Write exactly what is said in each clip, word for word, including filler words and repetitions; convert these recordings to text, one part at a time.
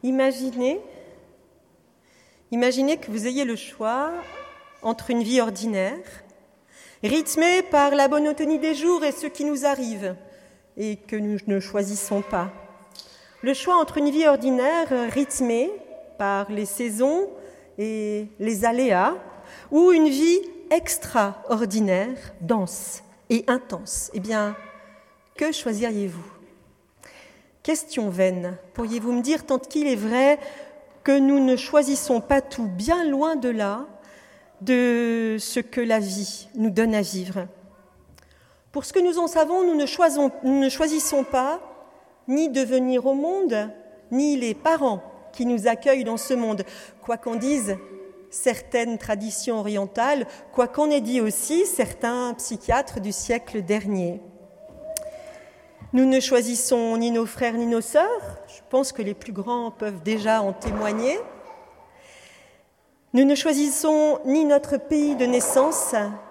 Imaginez, imaginez que vous ayez le choix entre une vie ordinaire, rythmée par la monotonie des jours et ce qui nous arrive et que nous ne choisissons pas. Le choix entre une vie ordinaire rythmée par les saisons et les aléas ou une vie extraordinaire, dense et intense. Eh bien, que choisiriez-vous ? Question vaine. Pourriez-vous me dire, tant qu'il est vrai que nous ne choisissons pas tout, bien loin de là, de ce que la vie nous donne à vivre. Pour ce que nous en savons, nous ne, choisons, nous ne choisissons pas ni de venir au monde, ni les parents qui nous accueillent dans ce monde. Quoi qu'en disent certaines traditions orientales, quoi qu'en aient dit aussi certains psychiatres du siècle dernier. Nous ne choisissons ni nos frères ni nos sœurs, je pense que les plus grands peuvent déjà en témoigner. Nous ne choisissons ni notre pays de naissance,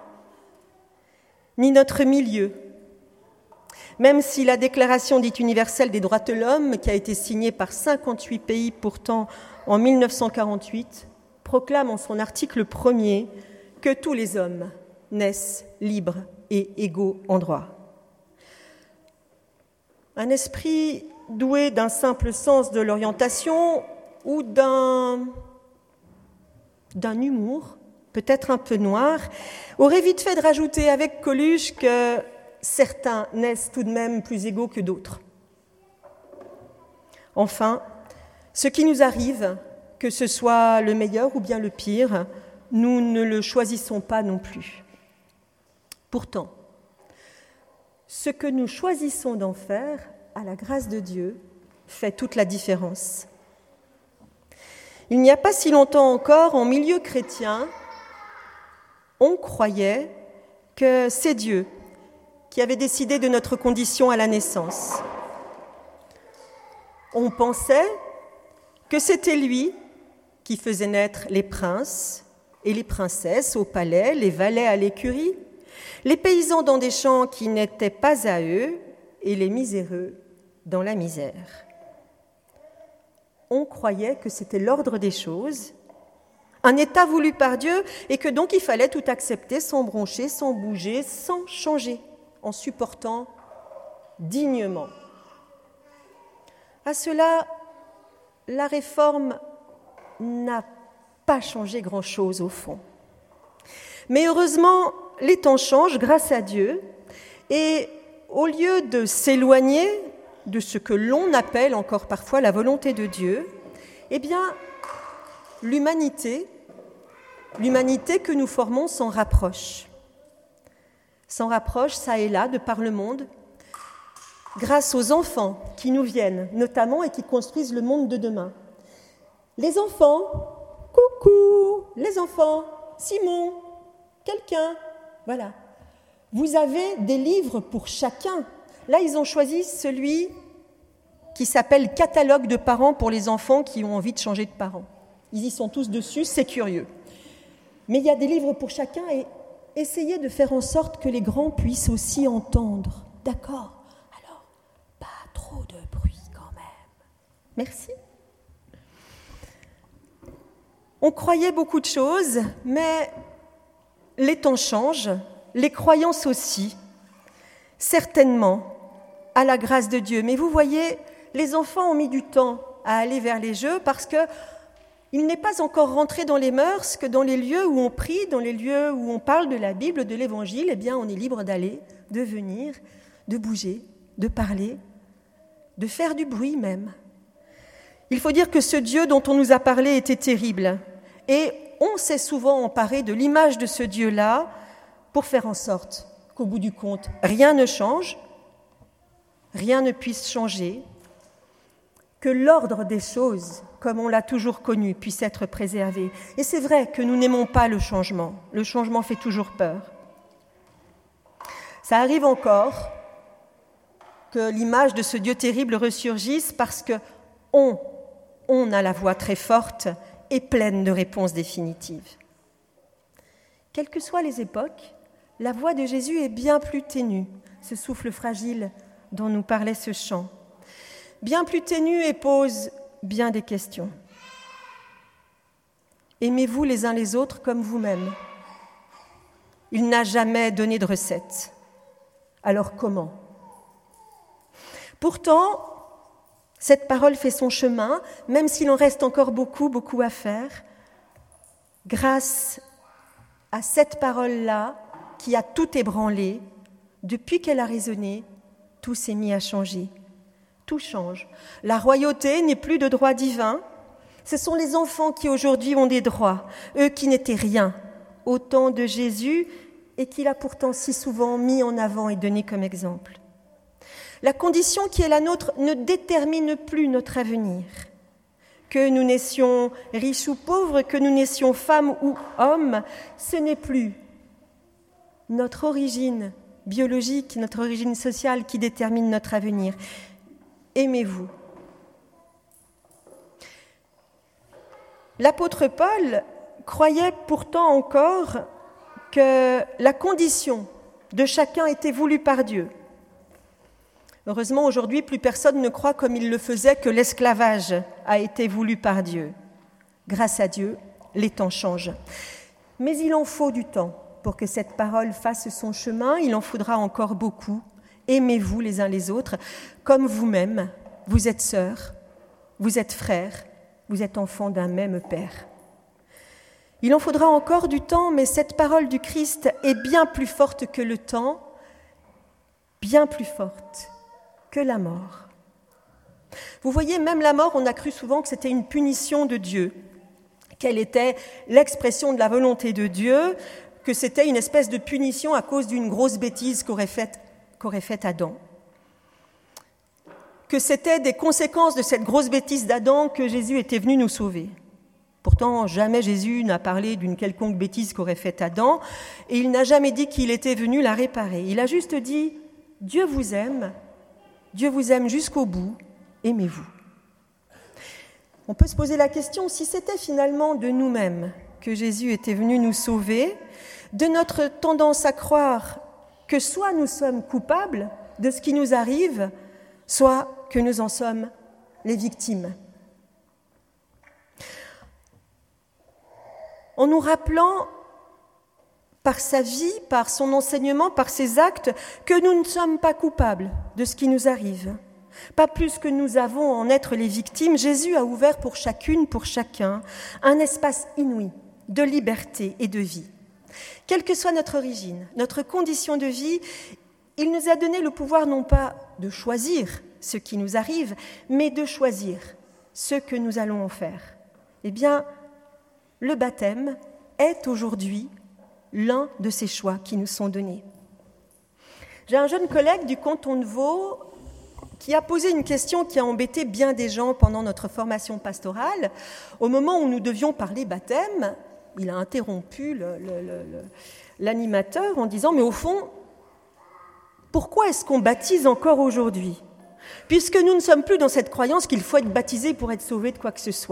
ni notre milieu. Même si la Déclaration dite universelle des droits de l'homme, qui a été signée par cinquante-huit pays pourtant en mille neuf cent quarante-huit, proclame en son article premier que tous les hommes naissent libres et égaux en droit. Un esprit doué d'un simple sens de l'orientation ou d'un, d'un humour, peut-être un peu noir, aurait vite fait de rajouter avec Coluche que certains naissent tout de même plus égaux que d'autres. Enfin, ce qui nous arrive, que ce soit le meilleur ou bien le pire, nous ne le choisissons pas non plus. Pourtant, ce que nous choisissons d'en faire, à la grâce de Dieu, fait toute la différence. Il n'y a pas si longtemps encore, en milieu chrétien, on croyait que c'est Dieu qui avait décidé de notre condition à la naissance. On pensait que c'était lui qui faisait naître les princes et les princesses au palais, les valets à l'écurie, les paysans dans des champs qui n'étaient pas à eux et les miséreux dans la misère. On croyait que c'était l'ordre des choses, un état voulu par Dieu et que donc il fallait tout accepter sans broncher, sans bouger, sans changer, en supportant dignement. À cela, la réforme n'a pas changé grand-chose au fond. Mais heureusement, les temps changent grâce à Dieu et au lieu de s'éloigner de ce que l'on appelle encore parfois la volonté de Dieu, eh bien, l'humanité, l'humanité que nous formons s'en rapproche. S'en rapproche, ça et là, de par le monde, grâce aux enfants qui nous viennent, notamment, et qui construisent le monde de demain. Les enfants, coucou, les enfants, Simon, quelqu'un, voilà. Vous avez des livres pour chacun. Là, ils ont choisi celui qui s'appelle « Catalogue de parents pour les enfants qui ont envie de changer de parents ». Ils y sont tous dessus, c'est curieux. Mais il y a des livres pour chacun et essayez de faire en sorte que les grands puissent aussi entendre. D'accord ? Alors, pas trop de bruit quand même. Merci. On croyait beaucoup de choses, mais les temps changent, les croyances aussi, certainement, à la grâce de Dieu. Mais vous voyez, les enfants ont mis du temps à aller vers les jeux parce que il n'est pas encore rentré dans les mœurs que dans les lieux où on prie, dans les lieux où on parle de la Bible, de l'Évangile, eh bien, on est libre d'aller, de venir, de bouger, de parler, de faire du bruit même. Il faut dire que ce Dieu dont on nous a parlé était terrible. Et on s'est souvent emparé de l'image de ce Dieu-là pour faire en sorte qu'au bout du compte, rien ne change, rien ne puisse changer, que l'ordre des choses, comme on l'a toujours connu, puisse être préservé. Et c'est vrai que nous n'aimons pas le changement. Le changement fait toujours peur. Ça arrive encore que l'image de ce Dieu terrible ressurgisse parce que on, on a la voix très forte et pleine de réponses définitives. Quelles que soient les époques, la voix de Jésus est bien plus ténue, ce souffle fragile dont nous parlait ce chant. Bien plus ténue et pose bien des questions. Aimez-vous les uns les autres comme vous-même. Il n'a jamais donné de recette. Alors comment ? Pourtant, cette parole fait son chemin, même s'il en reste encore beaucoup, beaucoup à faire, grâce à cette parole-là qui a tout ébranlé. Depuis qu'elle a résonné, tout s'est mis à changer. Tout change. La royauté n'est plus de droit divin. Ce sont les enfants qui aujourd'hui ont des droits, eux qui n'étaient rien, au temps de Jésus et qu'il a pourtant si souvent mis en avant et donné comme exemple. La condition qui est la nôtre ne détermine plus notre avenir. Que nous naissions riches ou pauvres, que nous naissions femmes ou hommes, ce n'est plus notre origine biologique, notre origine sociale qui détermine notre avenir. Aimez-vous. L'apôtre Paul croyait pourtant encore que la condition de chacun était voulue par Dieu. Heureusement, aujourd'hui, plus personne ne croit comme il le faisait que l'esclavage a été voulu par Dieu. Grâce à Dieu, les temps changent. Mais il en faut du temps pour que cette parole fasse son chemin. Il en faudra encore beaucoup. Aimez-vous les uns les autres comme vous-même. Vous êtes sœurs, vous êtes frères, vous êtes enfants d'un même Père. Il en faudra encore du temps, mais cette parole du Christ est bien plus forte que le temps, bien plus forte que la mort. Vous voyez, même la mort, on a cru souvent que c'était une punition de Dieu, qu'elle était l'expression de la volonté de Dieu, que c'était une espèce de punition à cause d'une grosse bêtise qu'aurait faite, qu'aurait faite Adam. Que c'était des conséquences de cette grosse bêtise d'Adam que Jésus était venu nous sauver. Pourtant, jamais Jésus n'a parlé d'une quelconque bêtise qu'aurait faite Adam, et il n'a jamais dit qu'il était venu la réparer. Il a juste dit « Dieu vous aime, Dieu vous aime jusqu'au bout, aimez-vous ». On peut se poser la question, si c'était finalement de nous-mêmes que Jésus était venu nous sauver, de notre tendance à croire que soit nous sommes coupables de ce qui nous arrive, soit que nous en sommes les victimes. En nous rappelant par sa vie, par son enseignement, par ses actes, que nous ne sommes pas coupables de ce qui nous arrive. Pas plus que nous avons à en être les victimes, Jésus a ouvert pour chacune, pour chacun, un espace inouï de liberté et de vie. Quelle que soit notre origine, notre condition de vie, il nous a donné le pouvoir non pas de choisir ce qui nous arrive, mais de choisir ce que nous allons en faire. Eh bien, le baptême est aujourd'hui l'un de ces choix qui nous sont donnés. J'ai un jeune collègue du canton de Vaud qui a posé une question qui a embêté bien des gens pendant notre formation pastorale. Au moment où nous devions parler baptême, il a interrompu le, le, le, l'animateur en disant « Mais au fond, pourquoi est-ce qu'on baptise encore aujourd'hui ? Puisque nous ne sommes plus dans cette croyance qu'il faut être baptisé pour être sauvé de quoi que ce soit. »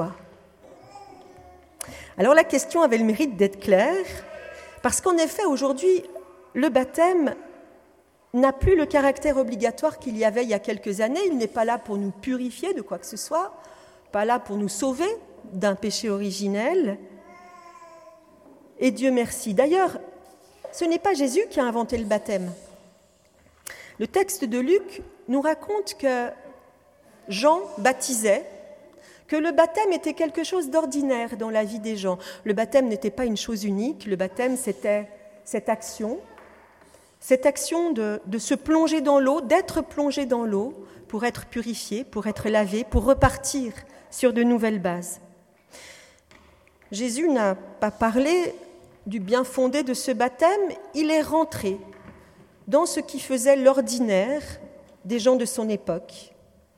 Alors la question avait le mérite d'être claire, parce qu'en effet, aujourd'hui, le baptême n'a plus le caractère obligatoire qu'il y avait il y a quelques années. Il n'est pas là pour nous purifier de quoi que ce soit, pas là pour nous sauver d'un péché originel. Et Dieu merci. D'ailleurs, ce n'est pas Jésus qui a inventé le baptême. Le texte de Luc nous raconte que Jean baptisait, que le baptême était quelque chose d'ordinaire dans la vie des gens. Le baptême n'était pas une chose unique, le baptême c'était cette action, cette action de, de se plonger dans l'eau, d'être plongé dans l'eau pour être purifié, pour être lavé, pour repartir sur de nouvelles bases. Jésus n'a pas parlé du bien fondé de ce baptême, il est rentré dans ce qui faisait l'ordinaire des gens de son époque.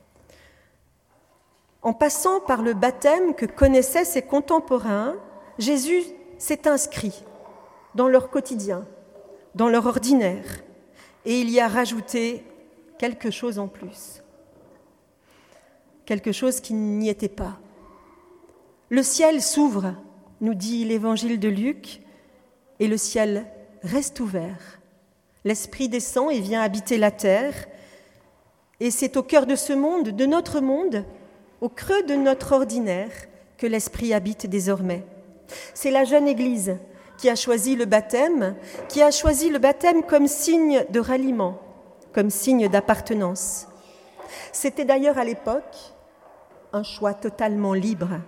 En passant par le baptême que connaissaient ses contemporains, Jésus s'est inscrit dans leur quotidien, dans leur ordinaire, et il y a rajouté quelque chose en plus, quelque chose qui n'y était pas. Le ciel s'ouvre, nous dit l'évangile de Luc, et le ciel reste ouvert. L'Esprit descend et vient habiter la terre, et c'est au cœur de ce monde, de notre monde, au creux de notre ordinaire, que l'Esprit habite désormais. C'est la jeune Église qui a choisi le baptême, qui a choisi le baptême comme signe de ralliement, comme signe d'appartenance. C'était d'ailleurs à l'époque un choix totalement libre.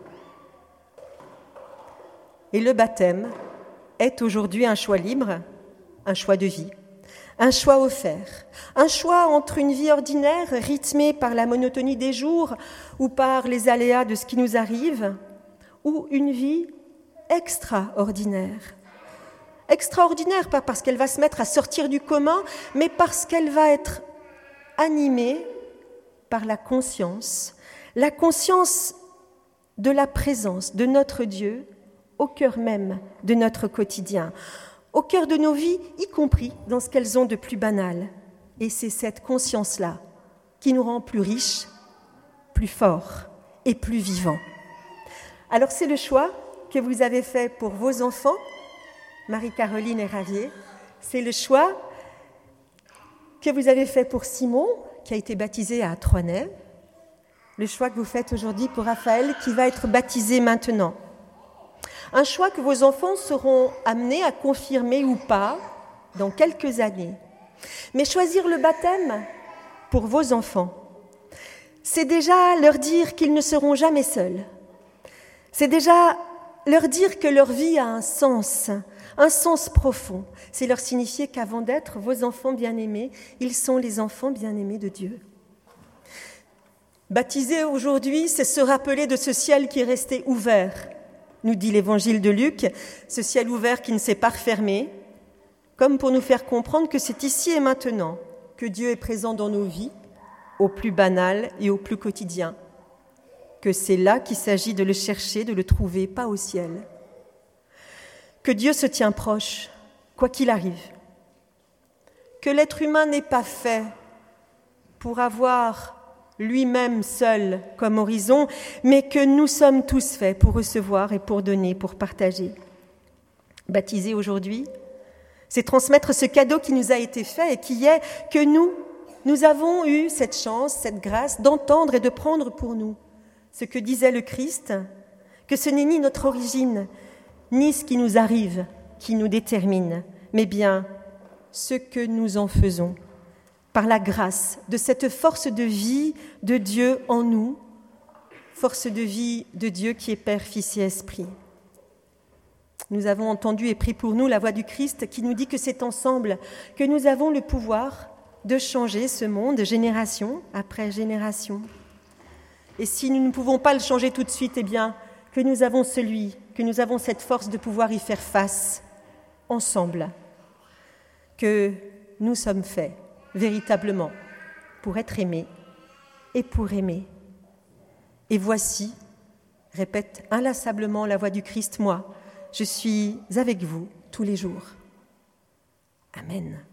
Et le baptême est aujourd'hui un choix libre, un choix de vie, un choix offert, un choix entre une vie ordinaire rythmée par la monotonie des jours ou par les aléas de ce qui nous arrive, ou une vie extraordinaire. Extraordinaire, pas parce qu'elle va se mettre à sortir du commun, mais parce qu'elle va être animée par la conscience, la conscience de la présence de notre Dieu au cœur même de notre quotidien, au cœur de nos vies, y compris dans ce qu'elles ont de plus banal. Et c'est cette conscience-là qui nous rend plus riches, plus forts et plus vivants. Alors c'est le choix que vous avez fait pour vos enfants, Marie-Caroline et Ravier. C'est le choix que vous avez fait pour Simon, qui a été baptisé à Troinay. Le choix que vous faites aujourd'hui pour Raphaël, qui va être baptisé maintenant. Un choix que vos enfants seront amenés à confirmer ou pas dans quelques années. Mais choisir le baptême pour vos enfants, c'est déjà leur dire qu'ils ne seront jamais seuls. C'est déjà leur dire que leur vie a un sens, un sens profond. C'est leur signifier qu'avant d'être vos enfants bien-aimés, ils sont les enfants bien-aimés de Dieu. Baptiser aujourd'hui, c'est se rappeler de ce ciel qui est resté ouvert, nous dit l'évangile de Luc, ce ciel ouvert qui ne s'est pas refermé, comme pour nous faire comprendre que c'est ici et maintenant que Dieu est présent dans nos vies, au plus banal et au plus quotidien, que c'est là qu'il s'agit de le chercher, de le trouver, pas au ciel. Que Dieu se tient proche, quoi qu'il arrive. Que l'être humain n'est pas fait pour avoir lui-même seul comme horizon, mais que nous sommes tous faits pour recevoir et pour donner, pour partager. Baptiser aujourd'hui, c'est transmettre ce cadeau qui nous a été fait et qui est que nous, nous avons eu cette chance, cette grâce d'entendre et de prendre pour nous ce que disait le Christ, que ce n'est ni notre origine, ni ce qui nous arrive qui nous détermine, mais bien ce que nous en faisons. Par la grâce de cette force de vie de Dieu en nous, force de vie de Dieu qui est Père, Fils et Esprit. Nous avons entendu et pris pour nous la voix du Christ qui nous dit que c'est ensemble que nous avons le pouvoir de changer ce monde génération après génération. Et si nous ne pouvons pas le changer tout de suite, eh bien, que nous avons celui, que nous avons cette force de pouvoir y faire face ensemble, que nous sommes faits véritablement pour être aimés et pour aimer. Et voici, répète inlassablement la voix du Christ, moi, je suis avec vous tous les jours. Amen.